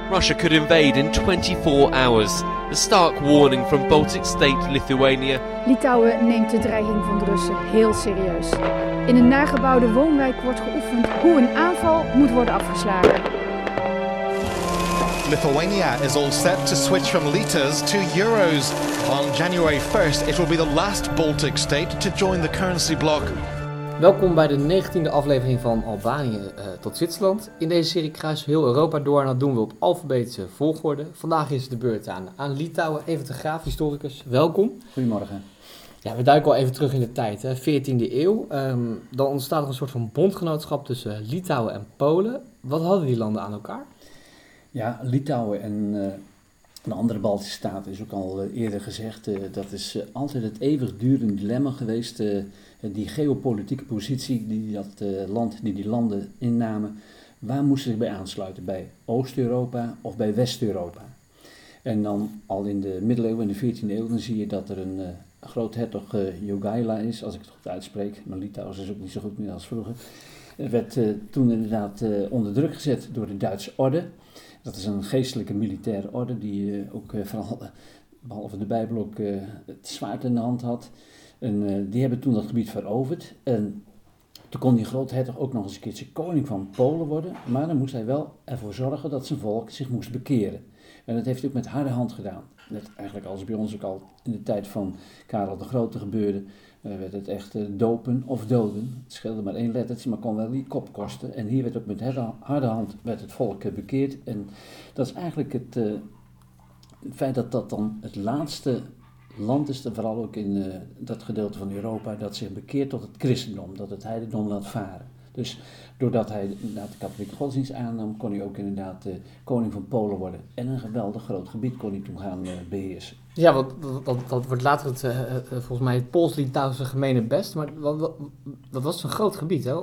Russia could invade in 24 hours. The stark warning from Baltic state Lithuania. Litouwen neemt de dreiging van de Russen heel serieus. In een nagebouwde woonwijk wordt geoefend hoe een aanval moet worden afgeslagen. Lithuania is all set to switch from litres to euros. On January 1st, it will be the last Baltic state to join the currency bloc. Welkom bij de 19e aflevering van Albanië tot Zwitserland. In deze serie kruisen we heel Europa door en dat doen we op alfabetische volgorde. Vandaag is het de beurt aan Litouwen. Evert de Graaf, historicus, welkom. Goedemorgen. Ja, we duiken al even terug in de tijd, hè, 14e eeuw. Dan ontstaat er een soort van bondgenootschap tussen Litouwen en Polen. Wat hadden die landen aan elkaar? Ja, Litouwen en de andere Baltische staten is ook al eerder gezegd. Dat is altijd het eeuwigdurende dilemma geweest. Die geopolitieke positie die die landen innamen. Waar moesten ze bij aansluiten? Bij Oost-Europa of bij West-Europa? En dan al in de middeleeuwen, in de 14e eeuw, dan zie je dat er een groothertog Jogaila is, als ik het goed uitspreek. Maar Litouwen is ook niet zo goed meer als vroeger. Werd toen inderdaad onder druk gezet door de Duitse orde. Dat is een geestelijke militaire orde die ook vooral, behalve de Bijbel, ook het zwaard in de hand had. En die hebben toen dat gebied veroverd. En toen kon die groothertog ook nog eens een keertje koning van Polen worden. Maar dan moest hij wel ervoor zorgen dat zijn volk zich moest bekeren. En dat heeft hij ook met harde hand gedaan. Net eigenlijk als bij ons ook al in de tijd van Karel de Grote gebeurde. Werd het echt dopen of doden. Het scheelde maar één lettertje, maar kon wel die kop kosten. En hier werd ook met harde hand werd het volk bekeerd. En dat is eigenlijk het feit dat dat dan het laatste land is, en vooral ook in dat gedeelte van Europa, dat zich bekeert tot het christendom, dat het heidendom laat varen. Dus doordat hij inderdaad de katholieke godsdienst aannam, kon hij ook inderdaad koning van Polen worden. En een geweldig groot gebied kon hij toen gaan beheersen. Ja, dat wordt later volgens mij het Pools-Litouwse gemene best, maar dat was een groot gebied, hè?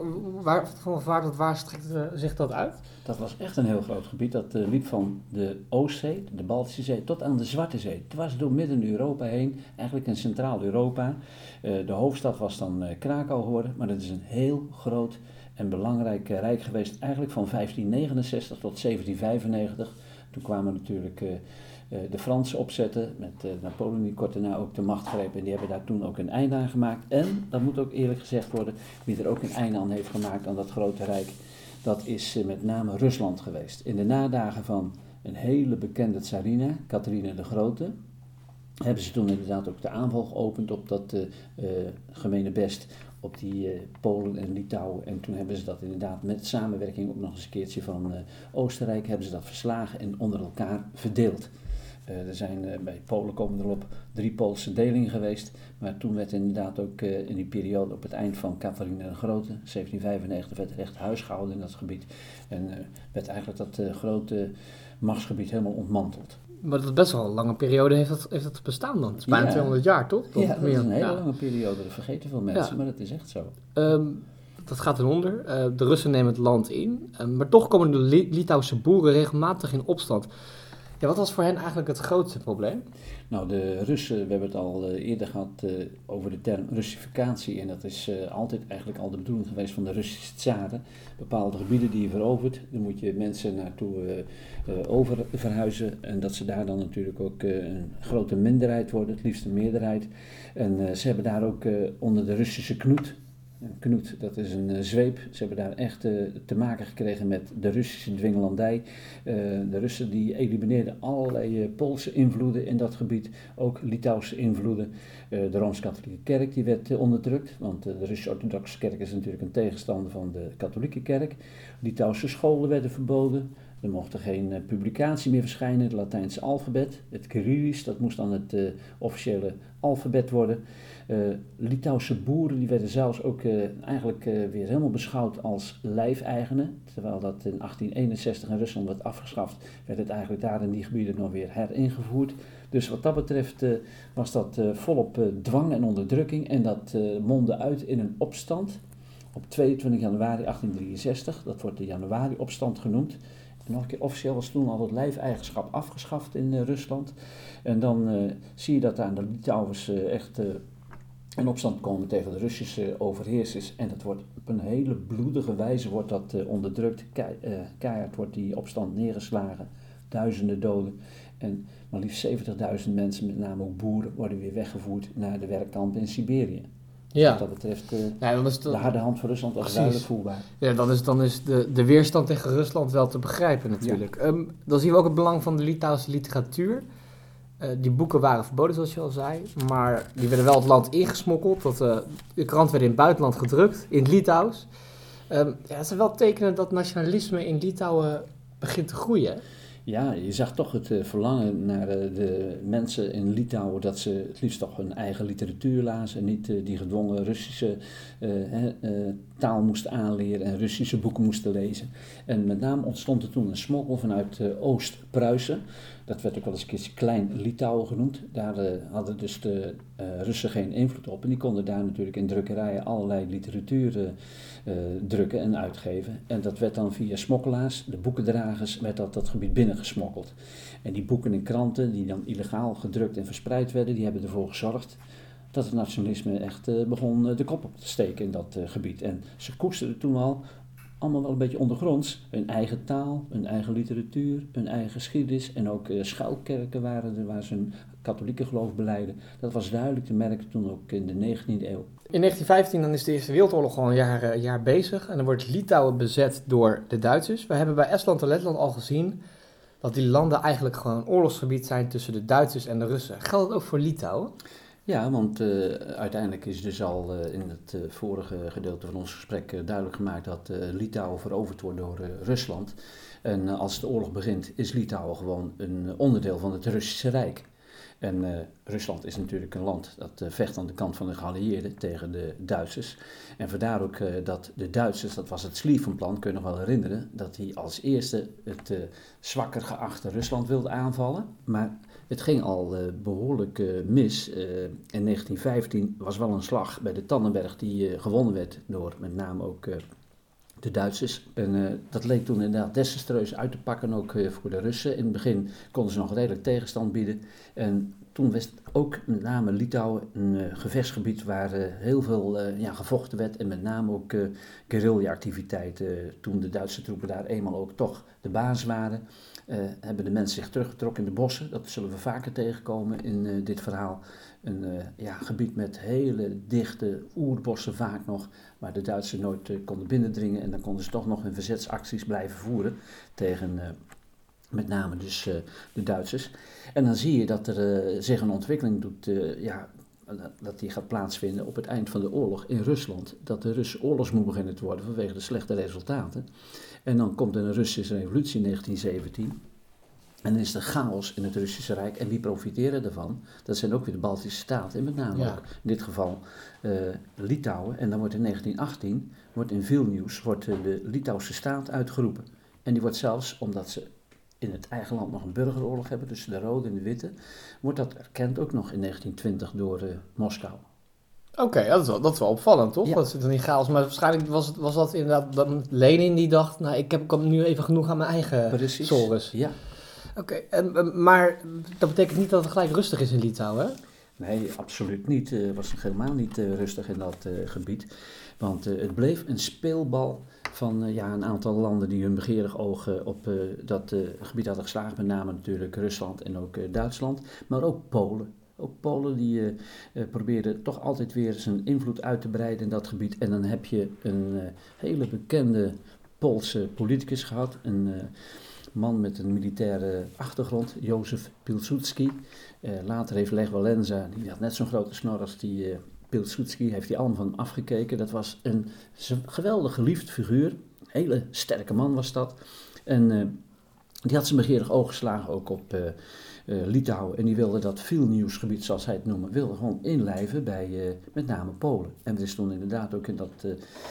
Waar strekte zich dat uit? Dat was echt een heel groot gebied. Dat liep van de Oostzee, de Baltische Zee, tot aan de Zwarte Zee. Het was door midden Europa heen, eigenlijk in Centraal-Europa. De hoofdstad was dan Krakau geworden, maar dat is een heel groot en belangrijk rijk geweest, eigenlijk van 1569 tot 1795. Toen kwamen natuurlijk de Fransen opzetten, met Napoleon die kort daarna ook de macht greep. En die hebben daar toen ook een einde aan gemaakt. En, dat moet ook eerlijk gezegd worden, wie er ook een einde aan heeft gemaakt aan dat grote rijk, dat is met name Rusland geweest. In de nadagen van een hele bekende tsarina, Catharina de Grote, hebben ze toen inderdaad ook de aanval geopend op dat gemene best, op die Polen en Litouwen. En toen hebben ze dat inderdaad met samenwerking ook nog eens een keertje van Oostenrijk, hebben ze dat verslagen en onder elkaar verdeeld. Er zijn bij Polen komen erop 3 Poolse delingen geweest, maar toen werd inderdaad ook in die periode op het eind van Catharina de Grote, 1795, werd er echt huis gehouden in dat gebied en werd eigenlijk dat grote machtsgebied helemaal ontmanteld. Maar dat is best wel een lange periode heeft dat bestaan dan. Het is bijna 200 jaar, toch? Ja, dat is een hele lange periode. Dat vergeten veel mensen, maar dat is echt zo. Dat gaat ten onder. De Russen nemen het land in. Maar toch komen de Litouwse boeren regelmatig in opstand. Ja, wat was voor hen eigenlijk het grootste probleem? Nou, de Russen, we hebben het al eerder gehad over de term Russificatie. En dat is altijd eigenlijk al de bedoeling geweest van de Russische tsaren. Bepaalde gebieden die je verovert, daar moet je mensen naartoe over verhuizen. En dat ze daar dan natuurlijk ook een grote minderheid worden, het liefst een meerderheid. En ze hebben daar ook onder de Russische knoet. Een knoet, dat is een zweep. Ze hebben daar echt te maken gekregen met de Russische dwingelandij. De Russen die elimineerden allerlei Poolse invloeden in dat gebied, ook Litouwse invloeden. De Rooms-Katholieke Kerk die werd onderdrukt, want de Russisch-Orthodoxe Kerk is natuurlijk een tegenstander van de Katholieke Kerk. Litouwse scholen werden verboden. Er mocht er geen publicatie meer verschijnen, het Latijnse alfabet. Het Kyrillisch, dat moest dan het officiële alfabet worden. Litouwse boeren die werden zelfs ook eigenlijk weer helemaal beschouwd als lijfeigenen. Terwijl dat in 1861 in Rusland werd afgeschaft, werd het eigenlijk daar in die gebieden nog weer heringevoerd. Dus wat dat betreft was dat volop dwang en onderdrukking en dat mondde uit in een opstand op 22 januari 1863. Dat wordt de januari-opstand genoemd. En nog een keer, officieel was toen al het lijfeigenschap afgeschaft in Rusland. En dan zie je dat daar de Litouwers echt in opstand komen tegen de Russische overheersers. En dat wordt op een hele bloedige wijze wordt dat onderdrukt. Keihard wordt die opstand neergeslagen. duizenden doden. En maar liefst 70.000 mensen, met name ook boeren, worden weer weggevoerd naar de werkkampen in Siberië. Dus wat dat betreft, dan is de harde hand van Rusland was duidelijk voelbaar. Ja, dan is de weerstand tegen Rusland wel te begrijpen natuurlijk. Ja. Dan zien we ook het belang van de Litouwse literatuur. Die boeken waren verboden, zoals je al zei, maar die werden wel het land ingesmokkeld. De krant werd in het buitenland gedrukt, in het Litouws. Het zijn wel tekenen dat nationalisme in Litouwen begint te groeien. Ja, je zag toch het verlangen naar de mensen in Litouwen dat ze het liefst toch hun eigen literatuur lazen en niet die gedwongen Russische taal moesten aanleren en Russische boeken moesten lezen. En met name ontstond er toen een smokkel vanuit Oost-Pruisen. Dat werd ook wel eens een keertje Klein Litouwen genoemd. Daar hadden dus de Russen geen invloed op. En die konden daar natuurlijk in drukkerijen allerlei literatuur drukken en uitgeven. En dat werd dan via smokkelaars, de boekendragers, werd dat gebied binnengesmokkeld. En die boeken en kranten die dan illegaal gedrukt en verspreid werden, die hebben ervoor gezorgd dat het nationalisme echt begon de kop op te steken in dat gebied. En ze koesterden toen al allemaal wel een beetje ondergronds. Hun eigen taal, hun eigen literatuur, hun eigen geschiedenis en ook schuilkerken waren er waar ze hun katholieke geloof beleiden. Dat was duidelijk te merken toen ook in de 19e eeuw. In 1915 dan is de Eerste Wereldoorlog al een jaar bezig en dan wordt Litouwen bezet door de Duitsers. We hebben bij Estland en Letland al gezien dat die landen eigenlijk gewoon een oorlogsgebied zijn tussen de Duitsers en de Russen. Geldt dat ook voor Litouwen? Ja, want uiteindelijk is dus al in het vorige gedeelte van ons gesprek duidelijk gemaakt dat Litouwen veroverd wordt door Rusland. En als de oorlog begint is Litouwen gewoon een onderdeel van het Russische Rijk. En Rusland is natuurlijk een land dat vecht aan de kant van de geallieerden tegen de Duitsers. En vandaar ook dat de Duitsers, dat was het Schlieffen-plan, kun je nog wel herinneren, dat die als eerste het zwakker geachte Rusland wilde aanvallen. Maar het ging al behoorlijk mis. In 1915 was wel een slag bij de Tannenberg die gewonnen werd door met name ook de Duitsers. En dat leek toen inderdaad desastreus uit te pakken, ook voor de Russen. In het begin konden ze nog redelijk tegenstand bieden. En toen was ook met name Litouwen een gevechtsgebied waar heel veel gevochten werd. En met name ook guerrilla-activiteiten. Toen de Duitse troepen daar eenmaal ook toch de baas waren, hebben de mensen zich teruggetrokken in de bossen. Dat zullen we vaker tegenkomen in dit verhaal. Een gebied met hele dichte oerbossen vaak nog, waar de Duitsers nooit konden binnendringen. En dan konden ze toch nog hun verzetsacties blijven voeren tegen met name dus de Duitsers. En dan zie je dat er zich een ontwikkeling doet, dat die gaat plaatsvinden op het eind van de oorlog in Rusland. Dat de Russen oorlogsmoe beginnen te worden vanwege de slechte resultaten. En dan komt er een Russische revolutie in 1917. En dan is er chaos in het Russische Rijk. En wie profiteren daarvan? Dat zijn ook weer de Baltische Staten. En met name ook in dit geval Litouwen. En dan wordt in 1918, in Vilnius, de Litouwse staat uitgeroepen. En die wordt zelfs, omdat ze in het eigen land nog een burgeroorlog hebben tussen de rode en de witte, wordt dat erkend ook nog in 1920 door Moskou. Oké, dat is wel opvallend, toch? Ja. Dat zit dan in chaos. Maar waarschijnlijk was dat inderdaad dan Lenin die dacht, nou, ik heb nu even genoeg aan mijn eigen sores. Ja. Oké, maar dat betekent niet dat het gelijk rustig is in Litouwen, hè? Nee, absoluut niet. Het was nog helemaal niet rustig in dat gebied. Want het bleef een speelbal van een aantal landen die hun begeerig oog op dat gebied hadden geslagen. Met name natuurlijk Rusland en ook Duitsland, maar ook Polen. Ook Polen die probeerden toch altijd weer zijn invloed uit te breiden in dat gebied. En dan heb je een hele bekende Poolse politicus gehad, een man met een militaire achtergrond, Józef Pilsudski. Later heeft Lech Walesa, die had net zo'n grote snor als die Pilsudski, heeft hij allemaal van hem afgekeken. Dat was een geweldig geliefd figuur, een hele sterke man was dat. En die had zijn begeerig oog geslagen ook op Litouwen. En die wilde dat Vilniusgebied, zoals hij het noemde, wilde gewoon inlijven bij met name Polen. En er is toen inderdaad ook in dat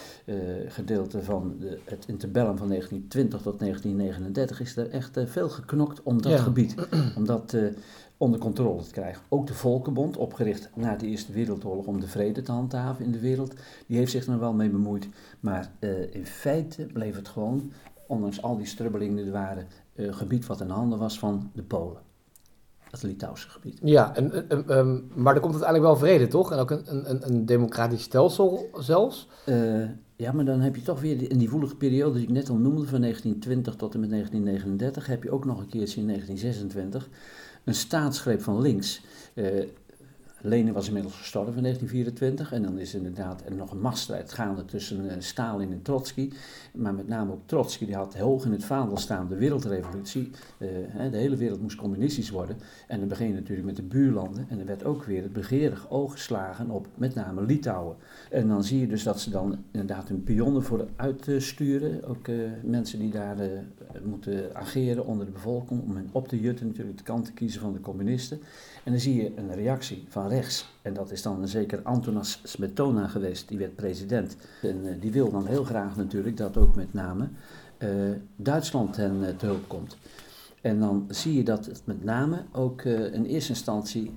gedeelte van het interbellum van 1920 tot 1939 is er echt veel geknokt om dat gebied, om dat onder controle te krijgen. Ook de Volkenbond, opgericht na de Eerste Wereldoorlog om de vrede te handhaven in de wereld, die heeft zich er wel mee bemoeid. Maar in feite bleef het gewoon, ondanks al die strubbelingen die er waren, gebied wat in handen was van de Polen. het Litouwse gebied. Ja, maar er komt uiteindelijk wel vrede, toch? En ook een democratisch stelsel zelfs. Ja, maar dan heb je toch weer in die woelige periode die ik net al noemde, van 1920 tot en met 1939, heb je ook nog een keertje in 1926 een staatsgreep van links. Lenin was inmiddels gestorven in 1924 en dan is inderdaad er nog een machtsstrijd gaande tussen Stalin en Trotsky. Maar met name ook Trotsky, die had hoog in het vaandel staan de wereldrevolutie. De hele wereld moest communistisch worden. En dan begin je natuurlijk met de buurlanden en er werd ook weer het begeerig oog geslagen op met name Litouwen. En dan zie je dus dat ze dan inderdaad hun pionnen voor uitsturen. Ook mensen die daar moeten ageren onder de bevolking om hen op te jutten, natuurlijk de kant te kiezen van de communisten. En dan zie je een reactie van rechts. En dat is dan zeker Antonas Smetona geweest, die werd president. En die wil dan heel graag natuurlijk dat ook met name Duitsland hen te hulp komt. En dan zie je dat het met name ook in eerste instantie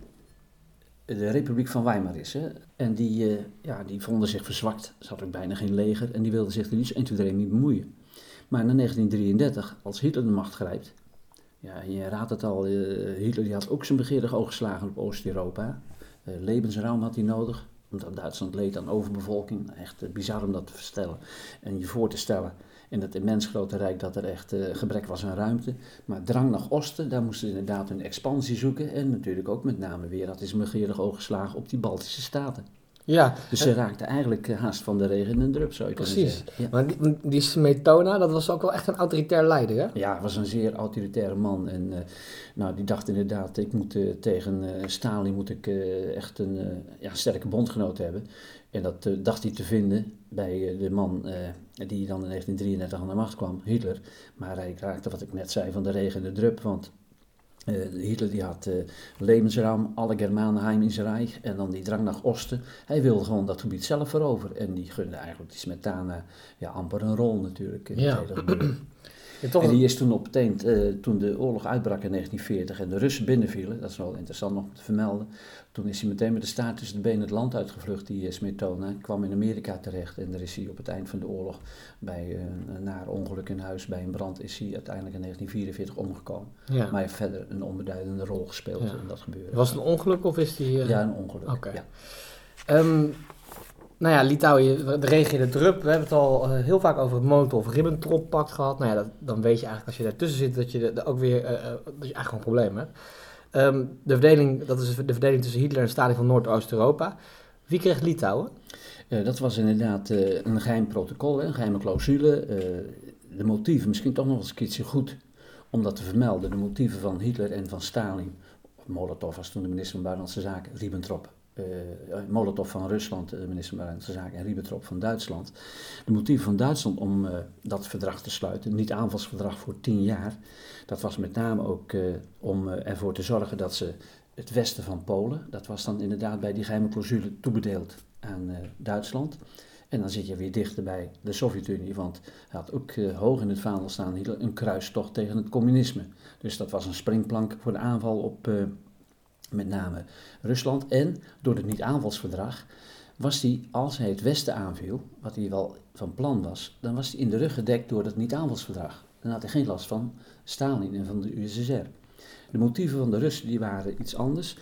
de Republiek van Weimar is. Hè? En die vonden zich verzwakt, ze hadden ook bijna geen leger en die wilden zich er niet zo 1, 2, 3 niet bemoeien. Maar na 1933, als Hitler de macht grijpt, ja, je raadt het al, Hitler die had ook zijn begeerig oog geslagen op Oost-Europa. Levensruim had hij nodig, omdat Duitsland leed aan overbevolking. Echt bizar om dat te verstellen en je voor te stellen. In dat immens grote rijk dat er echt gebrek was aan ruimte. Maar drang naar Oosten, daar moesten ze inderdaad een expansie zoeken. En natuurlijk ook met name weer, dat is een begeerig oog geslagen op die Baltische staten. Ja. Dus ze raakten eigenlijk haast van de regen in een drup, zou je kunnen zeggen. Precies. Ja. Maar die Smetona, dat was ook wel echt een autoritair leider, hè? Ja, was een zeer autoritaire man. En die dacht inderdaad, ik moet tegen Stalin moet ik echt een sterke bondgenoot hebben. En dat dacht hij te vinden bij de man die dan in 1933 aan de macht kwam, Hitler. Maar hij raakte, wat ik net zei, van de regen in de drup, want Hitler die had Lebensraum, alle Germanen heim in zijn rijk en dan die drang naar Oosten. Hij wilde gewoon dat gebied zelf veroveren en die gunde eigenlijk die Smetana amper een rol natuurlijk in het hele gebeuren. En die is toen op het eind, toen de oorlog uitbrak in 1940 en de Russen binnenvielen, dat is wel interessant nog te vermelden, toen is hij meteen met de staart tussen de benen het land uitgevlucht, die Smetona, kwam in Amerika terecht en daar is hij op het eind van de oorlog bij een naar ongeluk in huis, bij een brand, is hij uiteindelijk in 1944 omgekomen. Ja. Maar hij heeft verder een onbeduidende rol gespeeld in dat gebeuren. Was het een ongeluk of is die... Ja, een ongeluk. Okay. Ja. Litouwen, de regen in de drup, we hebben het al heel vaak over het Molotov-Ribbentrop-pact gehad. Nou ja, dan weet je eigenlijk als je daartussen zit dat je ook weer, dat je eigenlijk gewoon een probleem hebt. De verdeling, dat is de verdeling tussen Hitler en Stalin van Noord-Oost-Europa. Wie kreeg Litouwen? Dat was inderdaad een geheim protocol, een geheime clausule. De motieven, misschien toch nog eens een keertje goed om dat te vermelden. De motieven van Hitler en van Stalin. Molotov was toen de minister van Buitenlandse Zaken, Ribbentrop. Molotov van Rusland, de minister van Buitenlandse Zaken, en Ribbentrop van Duitsland. De motieven van Duitsland om dat verdrag te sluiten, niet aanvalsverdrag voor 10 jaar, dat was met name ook om ervoor te zorgen dat ze het westen van Polen, dat was dan inderdaad bij die geheime clausule toebedeeld aan Duitsland. En dan zit je weer dichter bij de Sovjet-Unie, want hij had ook hoog in het vaandel staan een kruistocht tegen het communisme. Dus dat was een springplank voor de aanval op met name Rusland. En door het niet-aanvalsverdrag was hij, als hij het Westen aanviel, wat hij wel van plan was, dan was hij in de rug gedekt door het niet-aanvalsverdrag. Dan had hij geen last van Stalin en van de USSR. De motieven van de Russen die waren iets anders.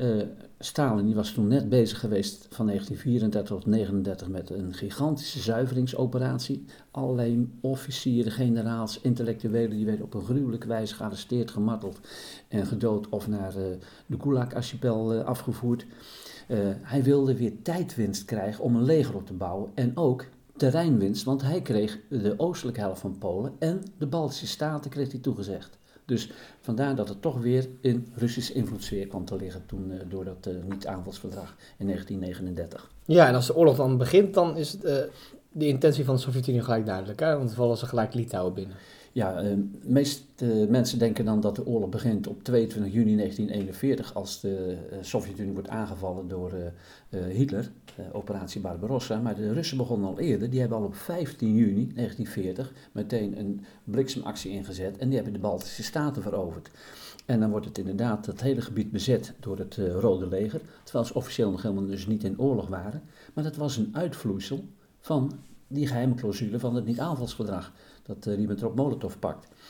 Stalin die was toen net bezig geweest van 1934 tot 1939 met een gigantische zuiveringsoperatie. Allerlei officieren, generaals, intellectuelen die werden op een gruwelijke wijze gearresteerd, gemarteld en gedood of naar de Gulag-archipel afgevoerd. Hij wilde weer tijdwinst krijgen om een leger op te bouwen en ook terreinwinst, want hij kreeg de oostelijke helft van Polen en de Baltische Staten kreeg hij toegezegd. Dus vandaar dat het toch weer in Russische invloedssfeer kwam te liggen toen door dat niet-aanvalsverdrag in 1939. Ja, en als de oorlog dan begint, dan is de intentie van de Sovjet-Unie gelijk duidelijk, hè? Want dan vallen ze gelijk Litouwen binnen. Ja, meeste mensen denken dan dat de oorlog begint op 22 juni 1941 als de Sovjet-Unie wordt aangevallen door Hitler, operatie Barbarossa. Maar de Russen begonnen al eerder, die hebben al op 15 juni 1940 meteen een bliksemactie ingezet en die hebben de Baltische Staten veroverd. En dan wordt het inderdaad het hele gebied bezet door het Rode Leger, terwijl ze officieel nog helemaal dus niet in oorlog waren. Maar dat was een uitvloeisel van die geheime clausule van het niet-aanvalsverdrag, dat Ribbentrop-Molotov-pact.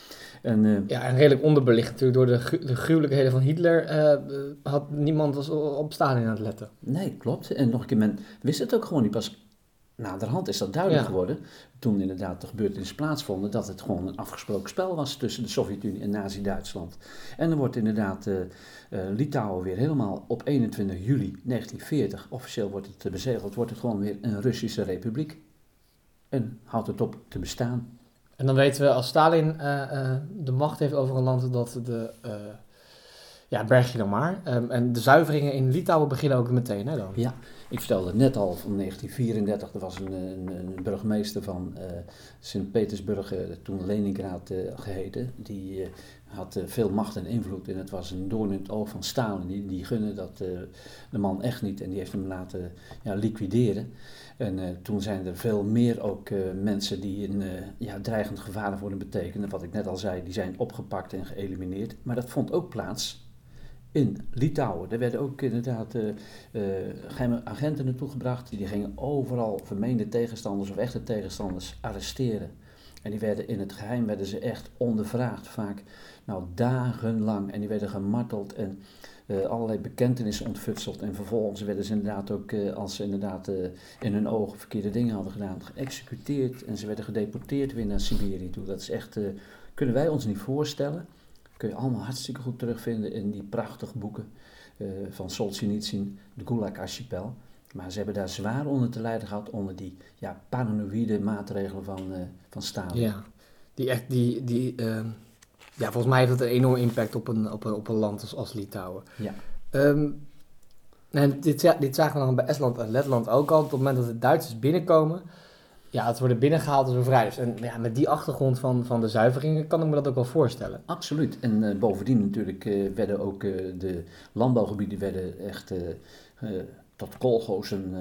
En, En redelijk onderbelicht natuurlijk door de gruwelijkheden van Hitler. Niemand was op Stalin aan het letten. Nee, klopt. En nog een keer, men wist het ook gewoon niet. Pas naderhand is dat duidelijk geworden, toen inderdaad de gebeurtenissen plaatsvonden, dat het gewoon een afgesproken spel was tussen de Sovjet-Unie en Nazi-Duitsland. En dan wordt inderdaad Litouwen weer helemaal op 21 juli 1940, officieel wordt het bezegeld, wordt het gewoon weer een Russische republiek. En houdt het op te bestaan. En dan weten we, als Stalin de macht heeft over een land, dat berg je dan maar. En de zuiveringen in Litouwen beginnen ook meteen, hè dan? Ja, ik vertelde het net al, van 1934, er was een burgemeester van Sint-Petersburg, toen Leningrad geheten, die had veel macht en invloed en het was een doorn in het oog van Stalin. Die gunde dat de man echt niet en die heeft hem laten liquideren. En toen zijn er veel meer ook mensen die een dreigend gevaar voor hem betekenen. Wat ik net al zei, die zijn opgepakt en geëlimineerd. Maar dat vond ook plaats in Litouwen. Er werden ook inderdaad geheime agenten naartoe gebracht. Die gingen overal vermeende tegenstanders of echte tegenstanders arresteren. En die werden in het geheim echt ondervraagd, vaak dagenlang. En die werden gemarteld en allerlei bekentenissen ontfutseld. En vervolgens werden ze inderdaad ook, als ze inderdaad in hun ogen verkeerde dingen hadden gedaan, geëxecuteerd. En ze werden gedeporteerd weer naar Siberië toe. Dat is echt, kunnen wij ons niet voorstellen. Kun je allemaal hartstikke goed terugvinden in die prachtige boeken van Solzhenitsyn, de Gulag-archipel. Maar ze hebben daar zwaar onder te lijden gehad, onder die paranoïde maatregelen van Stalin. Ja, volgens mij heeft het een enorme impact op een land als Litouwen. Ja. En dit zagen we dan bij Estland en Letland ook al. Op het moment dat de Duitsers binnenkomen, het worden binnengehaald als bevrijders. En met die achtergrond van de zuiveringen kan ik me dat ook wel voorstellen. Absoluut. En bovendien natuurlijk werden ook de landbouwgebieden echt tot koolgozen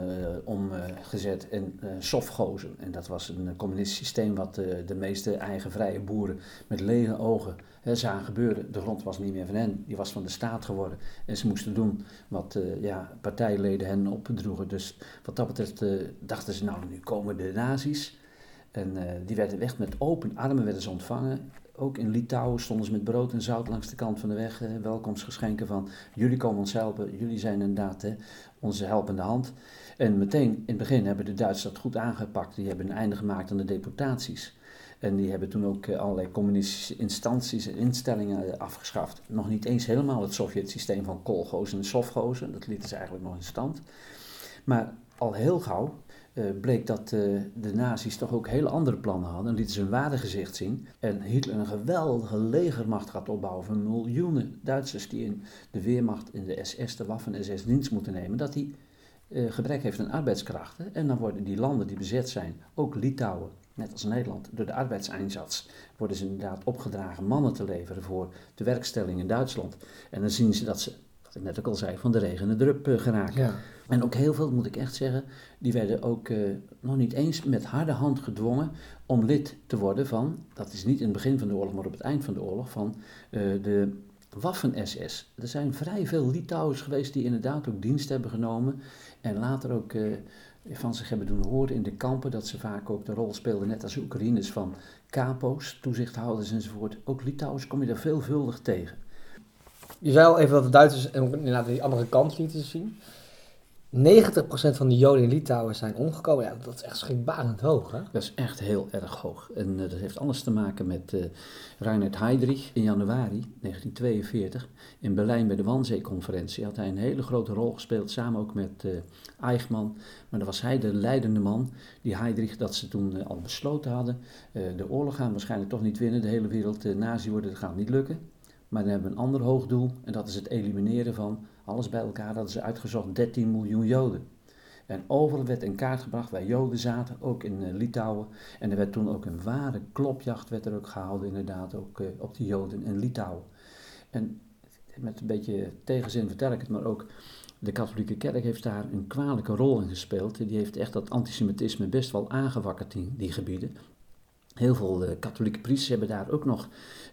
omgezet en sofgozen. En dat was een communistisch systeem wat de meeste eigen vrije boeren met lege ogen zagen gebeuren. De grond was niet meer van hen, die was van de staat geworden. En ze moesten doen wat partijleden hen opdroegen. Dus wat dat betreft dachten ze, nu komen de nazi's. En die werden echt met open armen werden ze ontvangen. Ook in Litouwen stonden ze met brood en zout langs de kant van de weg. Welkomstgeschenken van, jullie komen ons helpen, jullie zijn inderdaad onze helpende hand. En meteen in het begin hebben de Duitsers dat goed aangepakt. Die hebben een einde gemaakt aan de deportaties. En die hebben toen ook allerlei communistische instanties en instellingen afgeschaft. Nog niet eens helemaal het Sovjet-systeem van koolgozen en sofgozen. Dat lieten ze eigenlijk nog in stand. Maar al heel gauw bleek dat de nazi's toch ook hele andere plannen hadden. En lieten ze hun ware gezicht zien. En Hitler een geweldige legermacht gaat opbouwen van miljoenen Duitsers die in de Wehrmacht, in de SS, de Waffen-SS dienst moeten nemen. Dat die gebrek heeft aan arbeidskrachten. En dan worden die landen die bezet zijn, ook Litouwen, net als Nederland, door de arbeidseinsatz, worden ze inderdaad opgedragen mannen te leveren voor de werkstelling in Duitsland. En dan zien ze dat ze, wat ik net ook al zei, van de regen en de drup geraken. Ja. En ook heel veel, moet ik echt zeggen, die werden ook nog niet eens met harde hand gedwongen om lid te worden van, dat is niet in het begin van de oorlog, maar op het eind van de oorlog, van de Waffen-SS. Er zijn vrij veel Litouwers geweest die inderdaad ook dienst hebben genomen en later ook van zich hebben doen horen in de kampen, dat ze vaak ook de rol speelden, net als Oekraïners, van kapo's, toezichthouders enzovoort. Ook Litouwers kom je daar veelvuldig tegen. Je zei al even dat de Duitsers inderdaad die andere kant lieten zien. 90% van de Joden in Litouwen zijn omgekomen. Ja, dat is echt schrikbarend hoog, hè? Dat is echt heel erg hoog. En dat heeft alles te maken met Reinhard Heydrich in januari 1942 in Berlijn bij de Wannsee-conferentie. Had hij een hele grote rol gespeeld, samen ook met Eichmann. Maar dan was hij de leidende man, die Heydrich, dat ze toen al besloten hadden. De oorlog gaan we waarschijnlijk toch niet winnen, de hele wereld nazi worden, dat gaat niet lukken. Maar dan hebben we een ander hoog doel en dat is het elimineren van, alles bij elkaar hadden ze uitgezocht, 13 miljoen Joden. En overal werd in kaart gebracht waar Joden zaten, ook in Litouwen. En er werd toen ook een ware klopjacht werd er ook gehouden, inderdaad, ook op die Joden in Litouwen. En met een beetje tegenzin vertel ik het, maar ook de katholieke kerk heeft daar een kwalijke rol in gespeeld. Die heeft echt dat antisemitisme best wel aangewakkerd in die gebieden. Heel veel katholieke priesters hebben daar ook nog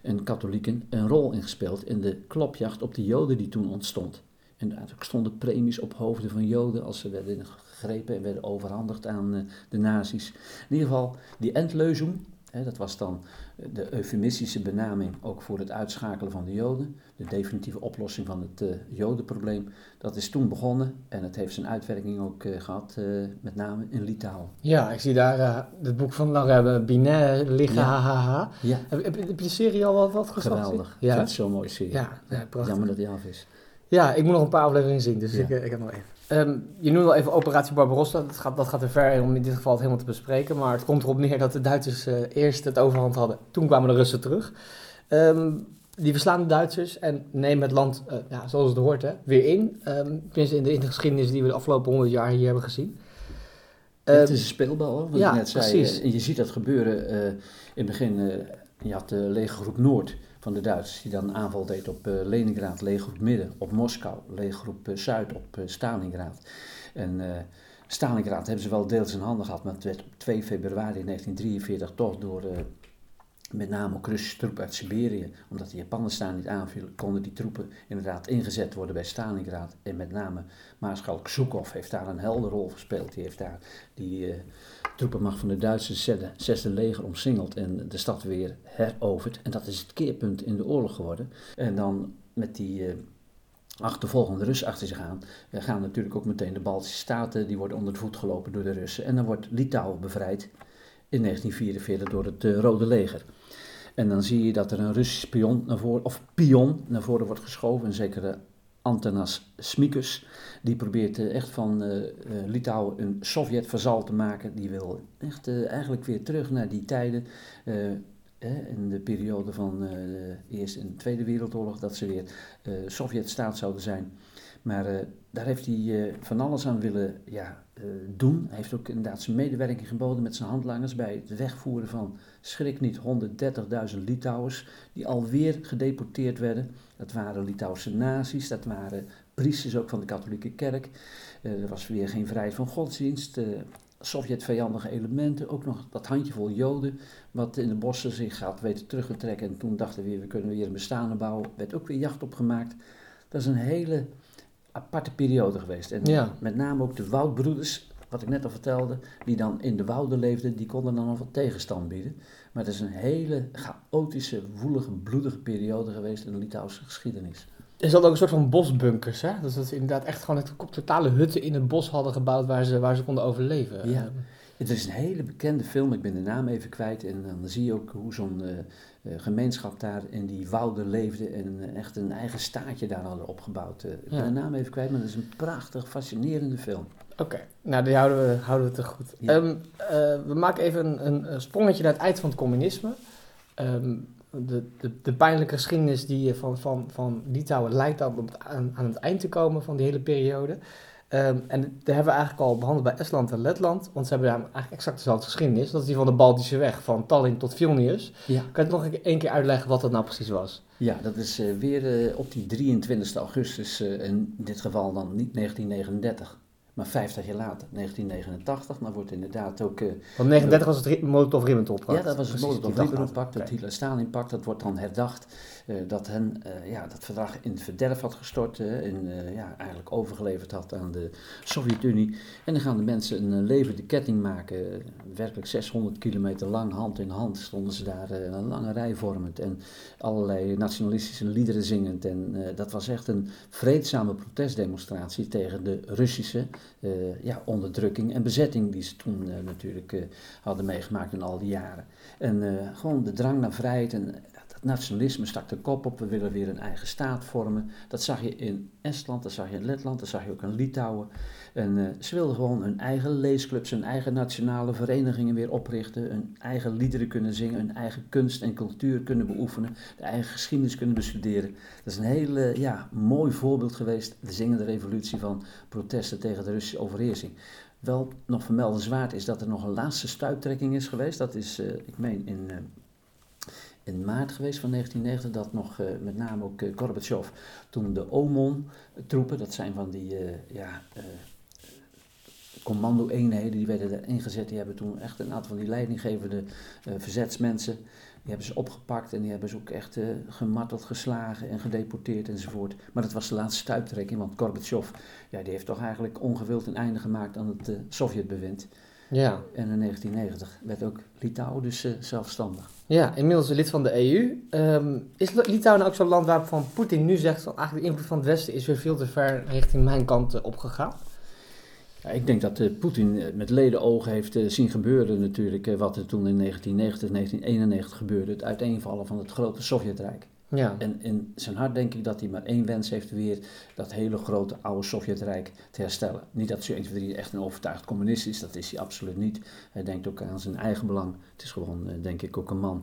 een rol in gespeeld in de klopjacht op de Joden die toen ontstond. En daar stonden premies op hoofden van Joden als ze werden gegrepen en werden overhandigd aan de nazi's. In ieder geval, die Endlösung, Dat was dan de eufemistische benaming ook voor het uitschakelen van de Joden. De definitieve oplossing van het Jodenprobleem. Dat is toen begonnen en het heeft zijn uitwerking ook gehad, met name in Litouwen. Ja, ik zie daar het boek van Laurent Binet liggen, Ja. hahaha. Ja, Heb je de serie al wat gezocht? geweldig. Ik Ja, vind het zo'n mooie serie. ja, prachtig. Jammer dat hij af is. Ja, ik moet nog een paar afleveringen zien, dus Ja. ik heb nog even. Je noemde al even Operatie Barbarossa. Dat gaat te ver om in dit geval het helemaal te bespreken. Maar het komt erop neer dat de Duitsers eerst het overhand hadden. Toen kwamen de Russen terug. Die verslaan de Duitsers en nemen het land, zoals het hoort, weer in. Tenminste in de geschiedenis die we de afgelopen 100 jaar hier hebben gezien. Het is een speelbal, hoor, wat ja, ik net zei. precies. En je ziet dat gebeuren in het begin. Je had de legergroep Noord van de Duitsers die dan een aanval deed op Leningrad, legergroep Midden op Moskou, legergroep Zuid op Stalingrad. En Stalingrad hebben ze wel deels in handen gehad, maar het werd op 2 februari 1943 toch door met name ook Russische troepen uit Siberië, omdat de Japanners daar niet aanvielen, konden die troepen inderdaad ingezet worden bij Stalingrad. En met name Maarschalk Zhukov heeft daar een helder rol gespeeld. Die heeft daar die troepenmacht van de Duitse 6e leger omsingeld en de stad weer heroverd. En dat is het keerpunt in de oorlog geworden. En dan met die achtervolgende Russen achter zich aan, gaan natuurlijk ook meteen de Baltische Staten, die worden onder de voet gelopen door de Russen. En dan wordt Litouwen bevrijd in 1944 door het Rode Leger. En dan zie je dat er een Russisch pion naar voren wordt geschoven, een zekere Antanas Smikus. Die probeert echt van Litouwen een Sovjet-vazal te maken. Die wil echt eigenlijk weer terug naar die tijden, in de periode van de Eerste en de Tweede Wereldoorlog, dat ze weer Sovjet-staat zouden zijn. Maar daar heeft hij van alles aan willen doen. Hij heeft ook inderdaad zijn medewerking geboden met zijn handlangers bij het wegvoeren van, schrik niet, 130.000 Litouwers die alweer gedeporteerd werden. Dat waren Litouwse nazi's, dat waren priesters ook van de katholieke kerk. Er was weer geen vrijheid van godsdienst. Sovjet-vijandige elementen, ook nog dat handjevol Joden wat in de bossen zich gaat weten terug te trekken. En toen dachten we kunnen weer een bestaan bouwen. Er werd ook weer jacht op gemaakt. Dat is een hele aparte periode geweest. En met name ook de Woudbroeders, wat ik net al vertelde, die dan in de wouden leefden, die konden dan nog wat tegenstand bieden. Maar het is een hele chaotische, woelige, bloedige periode geweest in de Litouwse geschiedenis. Er zat ook een soort van bosbunkers, hè? Dus dat ze inderdaad echt gewoon totale hutten in het bos hadden gebouwd waar ze konden overleven. Ja, het is een hele bekende film, ik ben de naam even kwijt. En dan zie je ook hoe zo'n gemeenschap daar in die wouden leefde en echt een eigen staatje daar hadden opgebouwd. Ik ben de naam even kwijt, maar dat is een prachtig, fascinerende film. Oké, nou die houden we te goed. Ja. We maken even een sprongetje naar het eind van het communisme. De pijnlijke geschiedenis die van Litouwen lijkt dan aan het eind te komen van die hele periode. En daar hebben we eigenlijk al behandeld bij Estland en Letland, want ze hebben daar eigenlijk exact dezelfde geschiedenis. Dat is die van de Baltische weg, van Tallinn tot Vilnius. Ja. Kan je nog één keer uitleggen wat dat nou precies was? Ja, dat is weer op die 23 augustus, in dit geval dan niet 1939. Maar 50 jaar later, 1989, dan wordt inderdaad ook... Want 39 was het Molotov-Ribbentrop-pact. Ja, dat was het Molotov-Ribbentrop-pact, het Hitler-Stalin-pact. Dat wordt dan herdacht dat hen dat verdrag in het verderf had gestort. Eigenlijk overgeleverd had aan de Sovjet-Unie. En dan gaan de mensen een levende ketting maken. Werkelijk 600 kilometer lang, hand in hand, stonden ze daar een lange rij vormend. En allerlei nationalistische liederen zingend. En dat was echt een vreedzame protestdemonstratie tegen de Russische onderdrukking en bezetting die ze toen natuurlijk hadden meegemaakt in al die jaren. En gewoon de drang naar vrijheid en dat nationalisme stak de kop op. We willen weer een eigen staat vormen. Dat zag je in Estland, dat zag je in Letland, dat zag je ook in Litouwen. En ze wilden gewoon hun eigen leesclubs, hun eigen nationale verenigingen weer oprichten, hun eigen liederen kunnen zingen, hun eigen kunst en cultuur kunnen beoefenen, de eigen geschiedenis kunnen bestuderen. Dat is een heel mooi voorbeeld geweest, de zingende revolutie van protesten tegen de Russische overheersing. Wel nog vermeldenswaard is dat er nog een laatste stuiptrekking is geweest. Dat is, ik meen, in maart geweest van 1990, dat nog met name ook Gorbachev, toen de OMON-troepen, dat zijn van die commando-eenheden, die werden er ingezet, die hebben toen echt een aantal van die leidinggevende verzetsmensen, die hebben ze opgepakt en die hebben ze ook echt gemarteld, geslagen en gedeporteerd enzovoort. Maar dat was de laatste stuiptrekking, want Gorbachev, die heeft toch eigenlijk ongewild een einde gemaakt aan het Sovjetbewind. Ja. En in 1990 werd ook Litouwen dus zelfstandig. Ja, inmiddels lid van de EU. Is Litouwen nou ook zo'n land waarvan Poetin nu zegt van eigenlijk de invloed van het Westen is weer veel te ver richting mijn kant opgegaan? Ja, ik denk dat Poetin met ledenogen heeft zien gebeuren natuurlijk wat er toen in 1990, 1991 gebeurde. Het uiteenvallen van het grote Sovjetrijk. Ja. En in zijn hart denk ik dat hij maar één wens heeft weer dat hele grote oude Sovjetrijk te herstellen. Niet dat zo 1, 2, 3 echt een overtuigd communist is, dat is hij absoluut niet. Hij denkt ook aan zijn eigen belang. Het is gewoon denk ik ook een man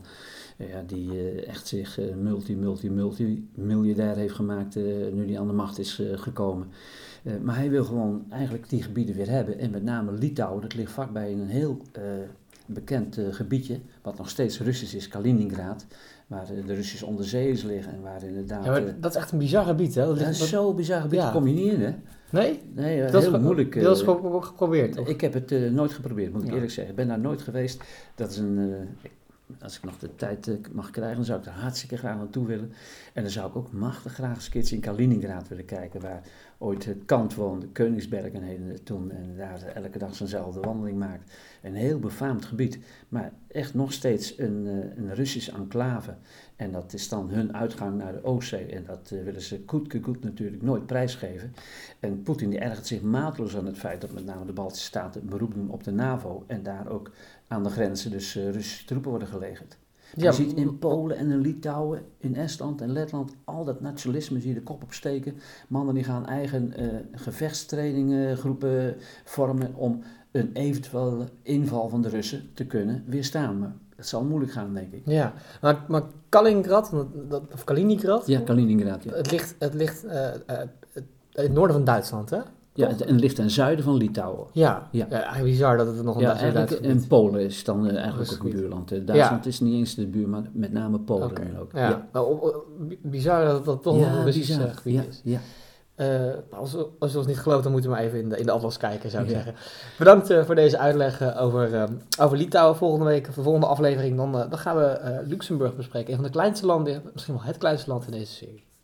die echt zich multimiljardair heeft gemaakt nu hij aan de macht is gekomen. Maar hij wil gewoon eigenlijk die gebieden weer hebben. En met name Litouwen, dat ligt vlakbij een heel bekend gebiedje, wat nog steeds Russisch is, Kaliningrad. Waar de Russische onderzeeërs liggen en waar inderdaad... Ja, maar dat is echt een bizar gebied, hè? Dat is zo'n bizar gebied, daar kom je niet in, hè? Nee? Nee, dat heel is moeilijk. Dat is gewoon geprobeerd, of? Ik heb het nooit geprobeerd, moet ik eerlijk zeggen. Ik ben daar nooit geweest. Dat is als ik nog de tijd mag krijgen, dan zou ik er hartstikke graag naartoe willen. En dan zou ik ook machtig graag eens een keertje in Kaliningrad willen kijken, waar ooit Kant woonde, Königsberg en toen, en daar elke dag zijnzelfde wandeling maakt. Een heel befaamd gebied, maar echt nog steeds een Russische enclave. En dat is dan hun uitgang naar de Oostzee. En dat willen ze goed natuurlijk nooit prijsgeven. En Poetin die ergert zich mateloos aan het feit dat met name de Baltische Staten een beroep doen op de NAVO. En daar ook aan de grenzen dus Russische troepen worden gelegerd. Ja, je ziet in Polen en in Litouwen, in Estland en Letland, al dat nationalisme zie je de kop opsteken. Mannen die gaan eigen gevechtstraininggroepen vormen om een eventuele inval van de Russen te kunnen weerstaan. Maar dat zal moeilijk gaan, denk ik. Ja, maar Kaliningrad, of Kaliningrad? Ja, Kaliningrad, ja. Het ligt in het noorden van Duitsland, hè? Ja, en het ligt ten zuiden van Litouwen. Ja, eigenlijk bizar dat het nog een Duitsland is. En Polen is dan eigenlijk ook een buurland. Duitsland is niet eens de buur, maar met name Polen dan ook. Ja. Bizar dat het toch nog een Russisch gebied is. Ja. Als je ons niet gelooft, dan moeten we maar even in de atlas kijken, zou ik zeggen. Bedankt voor deze uitleg over Litouwen. Volgende aflevering, dan gaan we Luxemburg bespreken. Een van de kleinste landen, misschien wel het kleinste land in deze serie.